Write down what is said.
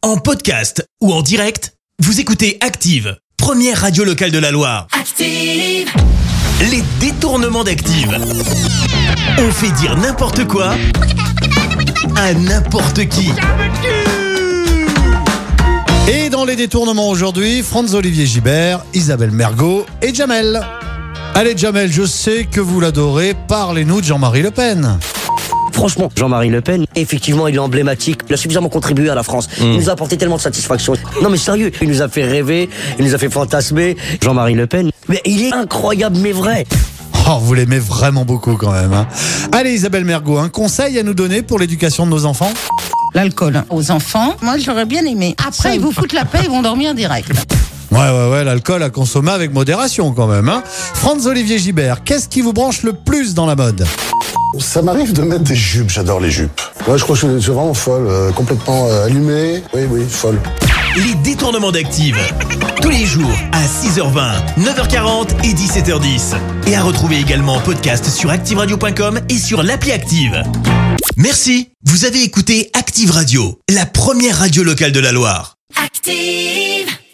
En podcast ou en direct, vous écoutez Active, première radio locale de la Loire. Active! Les détournements d'Active. On fait dire n'importe quoi à n'importe qui. Et dans les détournements aujourd'hui, Franz-Olivier Gibert, Isabelle Mergo et Jamel. Allez Jamel, je sais que vous l'adorez, parlez-nous de Jean-Marie Le Pen. Franchement, Jean-Marie Le Pen, effectivement, il est emblématique. Il a suffisamment contribué à la France. Il nous a apporté tellement de satisfaction. Non mais sérieux, il nous a fait rêver, il nous a fait fantasmer. Jean-Marie Le Pen, mais il est incroyable mais vrai. Oh, vous l'aimez vraiment beaucoup quand même. Hein. Allez Isabelle Mergo, un conseil à nous donner pour l'éducation de nos enfants ? L'alcool aux enfants, moi j'aurais bien aimé. Après, ils vous foutent la paix, ils vont dormir direct. Ouais, l'alcool à consommer avec modération quand même. Hein. Franz-Olivier Gibert, qu'est-ce qui vous branche le plus dans la mode ? Ça m'arrive de mettre des jupes, j'adore les jupes. Ouais, je crois que je suis vraiment folle, complètement allumée. Oui, folle. Les détournements d'Active. Tous les jours à 6h20, 9h40 et 17h10. Et à retrouver également en podcast sur activeradio.com et sur l'appli Active. Merci. Vous avez écouté Active Radio, la première radio locale de la Loire. Active!